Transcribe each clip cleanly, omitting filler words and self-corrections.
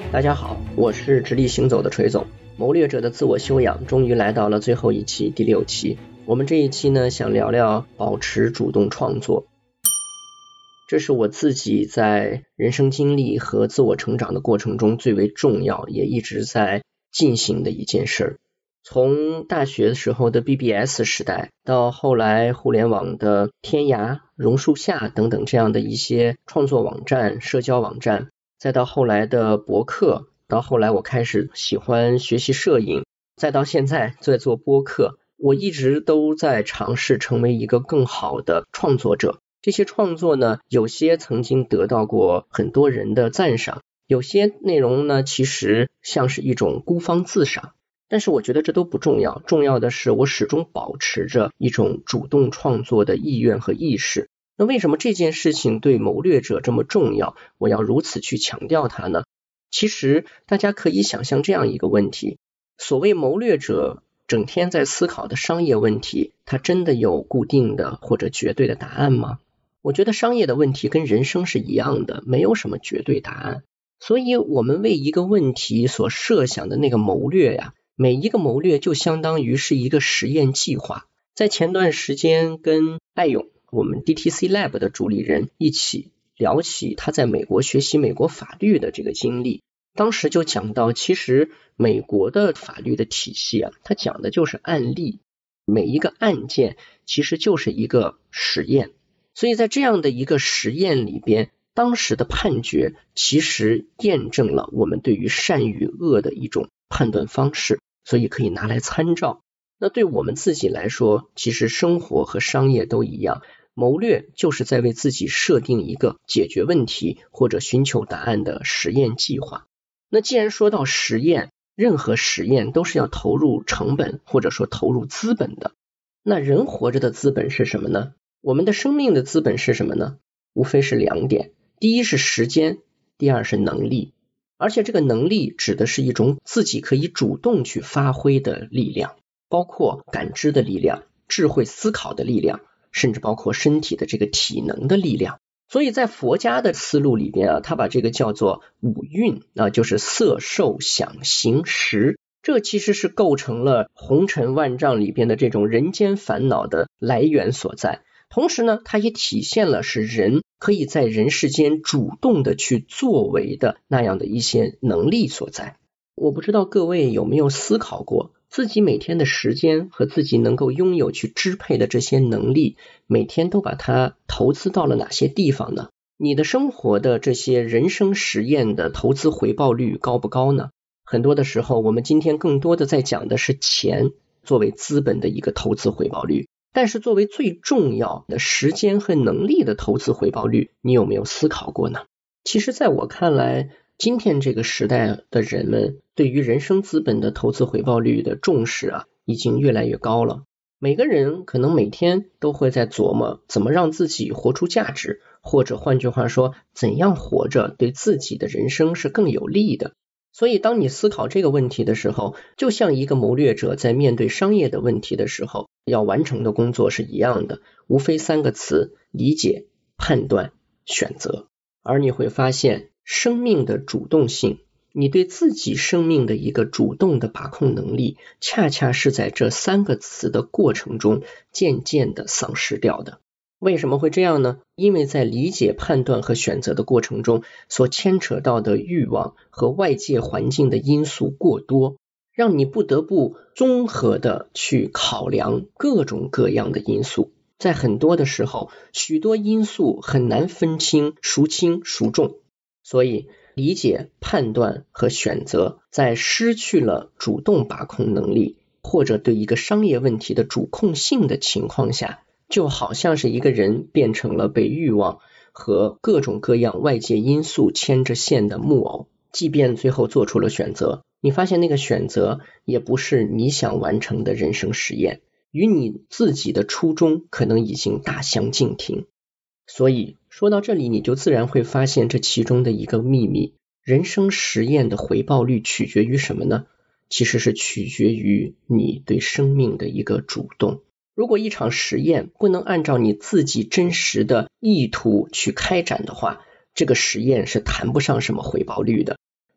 大家好，我是直立行走的锤总。谋略者的自我修养终于来到了最后一期，第6期。我们这一期呢，想聊聊保持主动创作。这是我自己在人生经历和自我成长的过程中最为重要，也一直在进行的一件事。从大学时候的 BBS 时代，到后来互联网的天涯、榕树下等等这样的一些创作网站、社交网站，再到后来的博客，到后来我开始喜欢学习摄影，再到现在在做播客，我一直都在尝试成为一个更好的创作者。这些创作呢，有些曾经得到过很多人的赞赏，有些内容呢，其实像是一种孤芳自赏。但是我觉得这都不重要，重要的是我始终保持着一种主动创作的意愿和意识。那为什么这件事情对谋略者这么重要，我要如此去强调它呢？其实大家可以想象这样一个问题，所谓谋略者整天在思考的商业问题，它真的有固定的或者绝对的答案吗？我觉得商业的问题跟人生是一样的，没有什么绝对答案。所以我们为一个问题所设想的那个谋略呀，每一个谋略就相当于是一个实验计划。在前段时间跟艾勇，我们 DTC Lab 的主理人一起聊起他在美国学习美国法律的这个经历，当时就讲到，其实美国的法律的体系啊，它讲的就是案例，每一个案件其实就是一个实验。所以在这样的一个实验里边，当时的判决其实验证了我们对于善与恶的一种判断方式，所以可以拿来参照。那对我们自己来说，其实生活和商业都一样，谋略就是在为自己设定一个解决问题或者寻求答案的实验计划。那既然说到实验，任何实验都是要投入成本或者说投入资本的。那人活着的资本是什么呢？我们的生命的资本是什么呢？无非是2点，第一是时间，第二是能力。而且这个能力指的是一种自己可以主动去发挥的力量，包括感知的力量、智慧思考的力量，甚至包括身体的这个体能的力量。所以在佛家的思路里边啊，他把这个叫做5蕴啊，就是色受想行识，这其实是构成了红尘万丈里边的这种人间烦恼的来源所在。同时呢，它也体现了是人可以在人世间主动的去作为的那样的一些能力所在。我不知道各位有没有思考过，自己每天的时间和自己能够拥有去支配的这些能力，每天都把它投资到了哪些地方呢？你的生活的这些人生实验的投资回报率高不高呢？很多的时候，我们今天更多的在讲的是钱作为资本的一个投资回报率，但是作为最重要的时间和能力的投资回报率，你有没有思考过呢？其实在我看来，今天这个时代的人们对于人生资本的投资回报率的重视啊，已经越来越高了。每个人可能每天都会在琢磨怎么让自己活出价值，或者换句话说，怎样活着对自己的人生是更有利的。所以当你思考这个问题的时候，就像一个谋略者在面对商业的问题的时候，要完成的工作是一样的，无非3个词：理解、判断、选择。而你会发现，生命的主动性，你对自己生命的一个主动的把控能力，恰恰是在这3个词的过程中渐渐的丧失掉的。为什么会这样呢？因为在理解、判断和选择的过程中，所牵扯到的欲望和外界环境的因素过多，让你不得不综合的去考量各种各样的因素。在很多的时候，许多因素很难分清孰轻孰重。所以理解、判断和选择在失去了主动把控能力，或者对一个商业问题的主控性的情况下，就好像是一个人变成了被欲望和各种各样外界因素牵着线的木偶。即便最后做出了选择，你发现那个选择也不是你想完成的人生实验，与你自己的初衷可能已经大相径庭。所以说到这里，你就自然会发现这其中的一个秘密，人生实验的回报率取决于什么呢？其实是取决于你对生命的一个主动。如果一场实验不能按照你自己真实的意图去开展的话，这个实验是谈不上什么回报率的。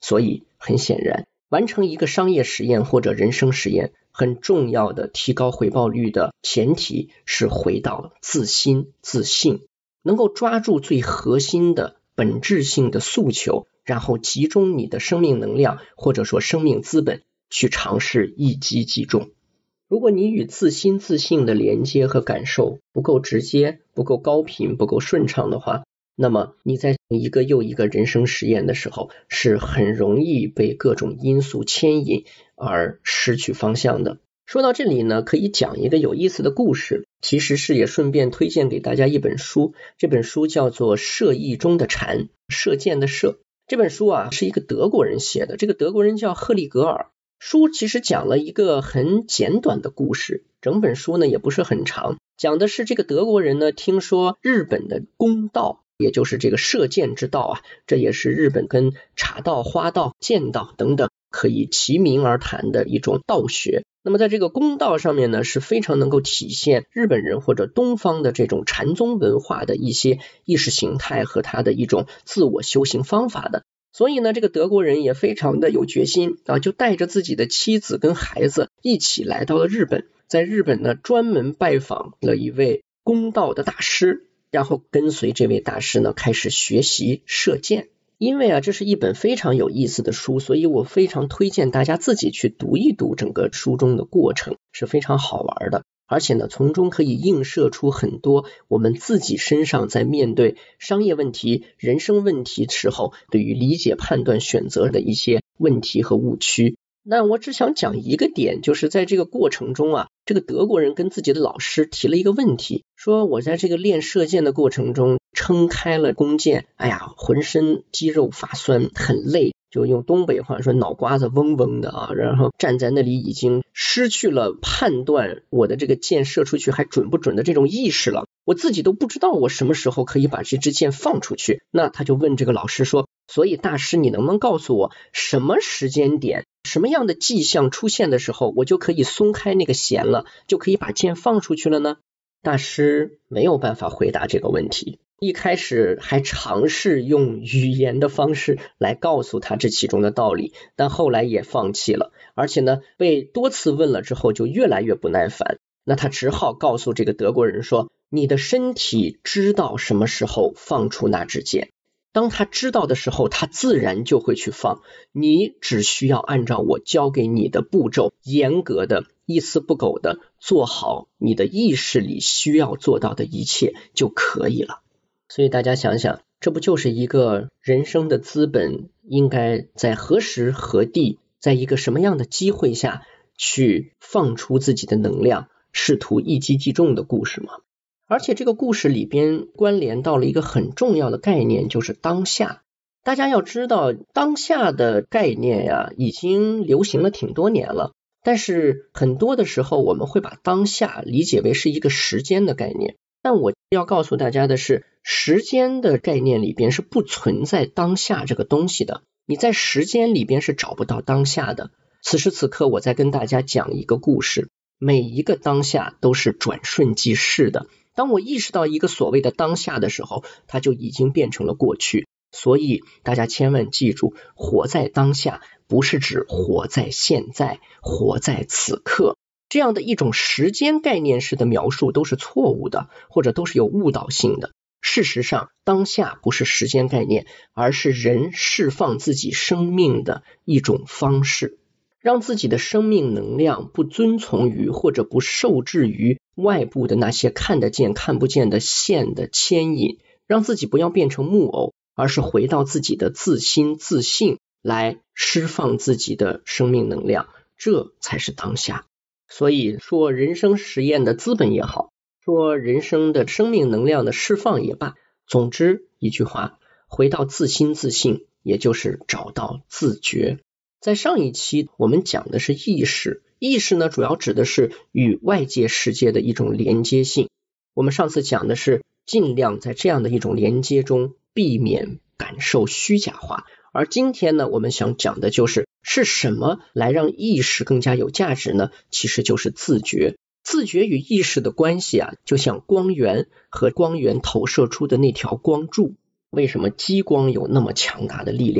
所以很显然，完成一个商业实验或者人生实验，很重要的提高回报率的前提是回到自心自性，能够抓住最核心的本质性的诉求，然后集中你的生命能量或者说生命资本去尝试一击即中。如果你与自心自性的连接和感受不够直接、不够高频、不够顺畅的话，那么你在一个又一个人生实验的时候，是很容易被各种因素牵引而失去方向的。说到这里呢，可以讲一个有意思的故事，其实是也顺便推荐给大家一本书，这本书叫做《射意中的禅》，射箭的射。这本书啊是一个德国人写的，这个德国人叫赫利格尔。书其实讲了一个很简短的故事，整本书呢也不是很长，讲的是这个德国人呢听说日本的弓道，也就是这个射箭之道啊，这也是日本跟茶道、花道、剑道等等可以齐名而谈的一种道学。那么在这个弓道上面呢，是非常能够体现日本人或者东方的这种禅宗文化的一些意识形态和他的一种自我修行方法的。所以呢，这个德国人也非常的有决心啊，就带着自己的妻子跟孩子一起来到了日本，在日本呢专门拜访了一位弓道的大师，然后跟随这位大师呢开始学习射箭。因为啊这是一本非常有意思的书，所以我非常推荐大家自己去读一读整个书中的过程，是非常好玩的。而且呢，从中可以映射出很多我们自己身上在面对商业问题、人生问题时候，对于理解、判断、选择的一些问题和误区。那我只想讲一个点，就是在这个过程中啊，这个德国人跟自己的老师提了一个问题，说我在这个练射箭的过程中撑开了弓箭，哎呀，浑身肌肉发酸，很累，就用东北话说脑瓜子嗡嗡的啊，然后站在那里已经失去了判断我的这个箭射出去还准不准的这种意识了，我自己都不知道我什么时候可以把这支箭放出去。那他就问这个老师说，所以大师你能不能告诉我什么时间点什么样的迹象出现的时候我就可以松开那个弦了，就可以把箭放出去了呢？大师没有办法回答这个问题，一开始还尝试用语言的方式来告诉他这其中的道理，但后来也放弃了，而且呢被多次问了之后就越来越不耐烦。那他只好告诉这个德国人说，你的身体知道什么时候放出那支箭，当他知道的时候他自然就会去放，你只需要按照我教给你的步骤，严格的一丝不苟的做好你的意识里需要做到的一切就可以了。所以大家想想，这不就是一个人生的资本应该在何时何地，在一个什么样的机会下去放出自己的能量，试图一击即中的故事吗？而且这个故事里边关联到了一个很重要的概念，就是当下。大家要知道，当下的概念呀，已经流行了挺多年了，但是很多的时候我们会把当下理解为是一个时间的概念，但我要告诉大家的是，时间的概念里边是不存在当下这个东西的，你在时间里边是找不到当下的。此时此刻我在跟大家讲一个故事，每一个当下都是转瞬即逝的，当我意识到一个所谓的当下的时候，它就已经变成了过去。所以大家千万记住，活在当下不是指活在现在，活在此刻，这样的一种时间概念式的描述都是错误的，或者都是有误导性的。事实上，当下不是时间概念，而是人释放自己生命的一种方式，让自己的生命能量不遵从于或者不受制于外部的那些看得见看不见的线的牵引，让自己不要变成木偶，而是回到自己的自心自性来释放自己的生命能量，这才是当下。所以说人生实验的资本也好，说人生的生命能量的释放也罢，总之一句话，回到自心自性，也就是找到自觉。在上一期我们讲的是意识，意识呢主要指的是与外界世界的一种连接性，我们上次讲的是尽量在这样的一种连接中避免感受虚假化，而今天呢我们想讲的就是什么来让意识更加有价值呢？其实就是自觉。自觉与意识的关系啊，就像光源和光源投射出的那条光柱。为什么激光有那么强大的力量？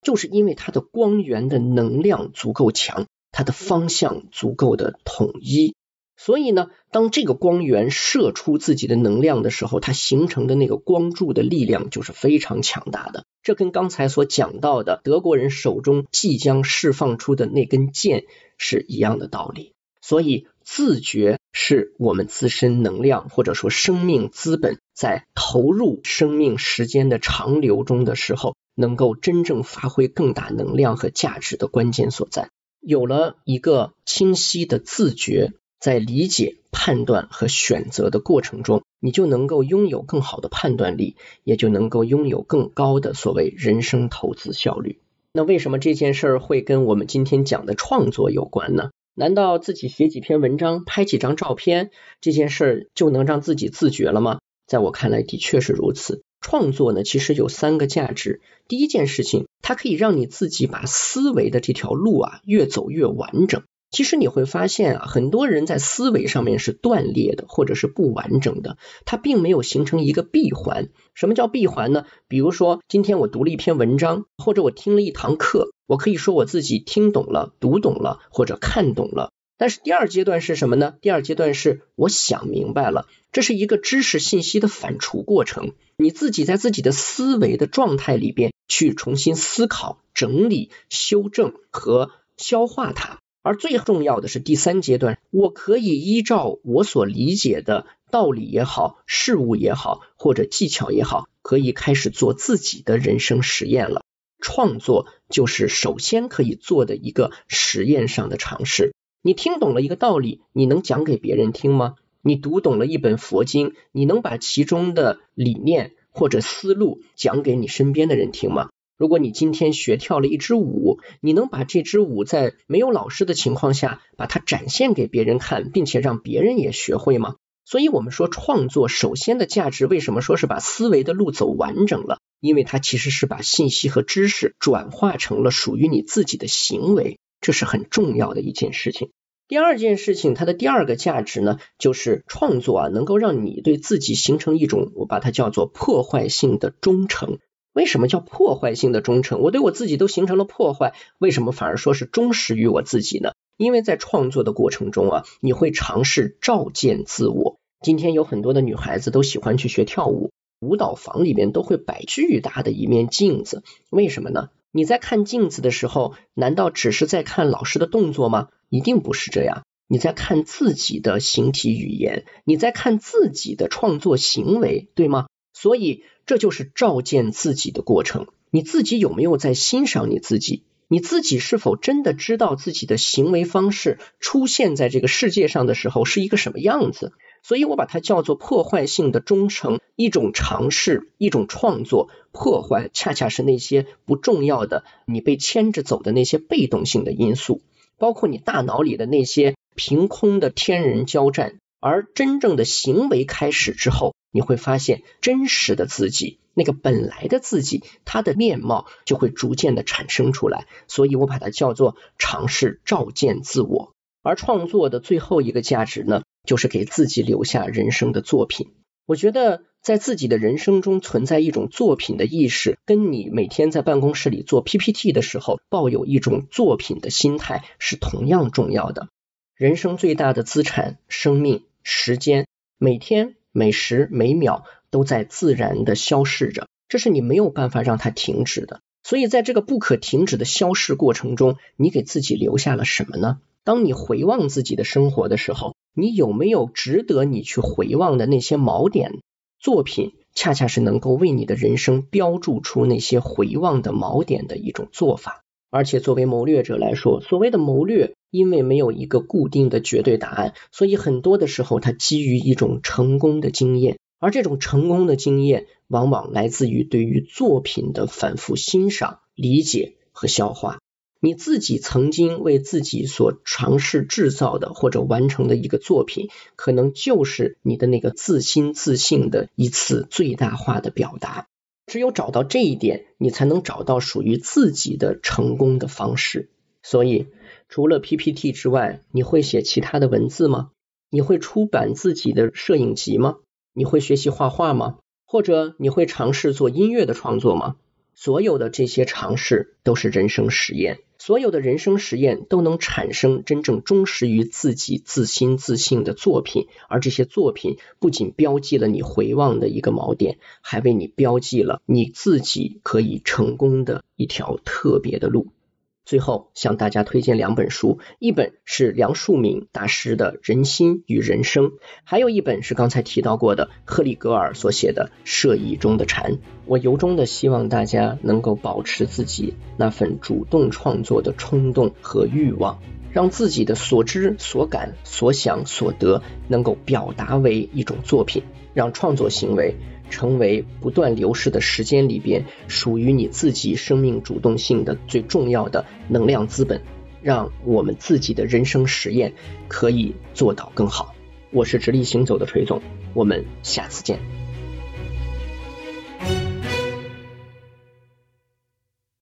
就是因为它的光源的能量足够强，它的方向足够的统一。所以呢，当这个光源射出自己的能量的时候，它形成的那个光柱的力量就是非常强大的。这跟刚才所讲到的德国人手中即将释放出的那根剑是一样的道理。所以自觉是我们自身能量或者说生命资本在投入生命时间的长流中的时候，能够真正发挥更大能量和价值的关键所在。有了一个清晰的自觉，在理解、判断和选择的过程中，你就能够拥有更好的判断力，也就能够拥有更高的所谓人生投资效率。那为什么这件事儿会跟我们今天讲的创作有关呢？难道自己写几篇文章、拍几张照片，这件事儿就能让自己自觉了吗？在我看来的确是如此。创作呢，其实有3个价值。第一件事情，它可以让你自己把思维的这条路越走越完整。其实你会发现很多人在思维上面是断裂的，或者是不完整的，它并没有形成一个闭环。什么叫闭环呢？比如说今天我读了一篇文章，或者我听了一堂课，我可以说我自己听懂了、读懂了或者看懂了。但是第二阶段是什么呢？第二阶段是我想明白了，这是一个知识信息的反刍过程，你自己在自己的思维的状态里边去重新思考、整理、修正和消化它。而最重要的是第3阶段，我可以依照我所理解的道理也好、事物也好或者技巧也好，可以开始做自己的人生实验了。创作就是首先可以做的一个实验上的尝试。你听懂了一个道理，你能讲给别人听吗？你读懂了一本佛经，你能把其中的理念或者思路讲给你身边的人听吗？如果你今天学跳了一支舞，你能把这支舞在没有老师的情况下把它展现给别人看，并且让别人也学会吗？所以我们说创作首先的价值，为什么说是把思维的路走完整了？因为它其实是把信息和知识转化成了属于你自己的行为，这是很重要的一件事情。第二件事情，它的第2个价值呢，就是创作能够让你对自己形成一种，我把它叫做破坏性的忠诚。为什么叫破坏性的忠诚？我对我自己都形成了破坏，为什么反而说是忠实于我自己呢？因为在创作的过程中你会尝试照见自我。今天有很多的女孩子都喜欢去学跳舞，舞蹈房里面都会摆巨大的一面镜子，为什么呢？你在看镜子的时候，难道只是在看老师的动作吗？一定不是这样，你在看自己的形体语言，你在看自己的创作行为，对吗？所以这就是照见自己的过程。你自己有没有在欣赏你自己？你自己是否真的知道自己的行为方式出现在这个世界上的时候是一个什么样子？所以我把它叫做破坏性的忠诚，一种尝试，一种创作。破坏恰恰是那些不重要的，你被牵着走的那些被动性的因素，包括你大脑里的那些凭空的天人交战。而真正的行为开始之后，你会发现真实的自己，那个本来的自己，它的面貌就会逐渐的产生出来。所以我把它叫做尝试照见自我。而创作的最后一个价值呢，就是给自己留下人生的作品。我觉得在自己的人生中存在一种作品的意识，跟你每天在办公室里做 PPT 的时候抱有一种作品的心态是同样重要的。人生最大的资产，生命、时间，每天每时每秒都在自然的消逝着，这是你没有办法让它停止的。所以在这个不可停止的消逝过程中，你给自己留下了什么呢？当你回望自己的生活的时候，你有没有值得你去回望的那些锚点？作品恰恰是能够为你的人生标注出那些回望的锚点的一种做法。而且作为谋略者来说，所谓的谋略，因为没有一个固定的绝对答案，所以很多的时候它基于一种成功的经验，而这种成功的经验往往来自于对于作品的反复欣赏、理解和消化。你自己曾经为自己所尝试制造的或者完成的一个作品，可能就是你的那个自心自信的一次最大化的表达。只有找到这一点，你才能找到属于自己的成功的方式。所以除了 PPT 之外，你会写其他的文字吗？你会出版自己的摄影集吗？你会学习画画吗？或者你会尝试做音乐的创作吗？ 所有的这些尝试都是人生实验，所有的人生实验都能产生真正忠实于自己自心自性的作品，而这些作品不仅标记了你回望的一个锚点，还为你标记了你自己可以成功的一条特别的路。最后向大家推荐2本书，一本是梁漱溟大师的《人心与人生》，还有一本是刚才提到过的赫里格尔所写的《摄意中的禅》。我由衷的希望大家能够保持自己那份主动创作的冲动和欲望，让自己的所知所感所想所得能够表达为一种作品，让创作行为成为不断流逝的时间里边属于你自己生命主动性的最重要的能量资本，让我们自己的人生实验可以做到更好。我是直立行走的锤总，我们下次见。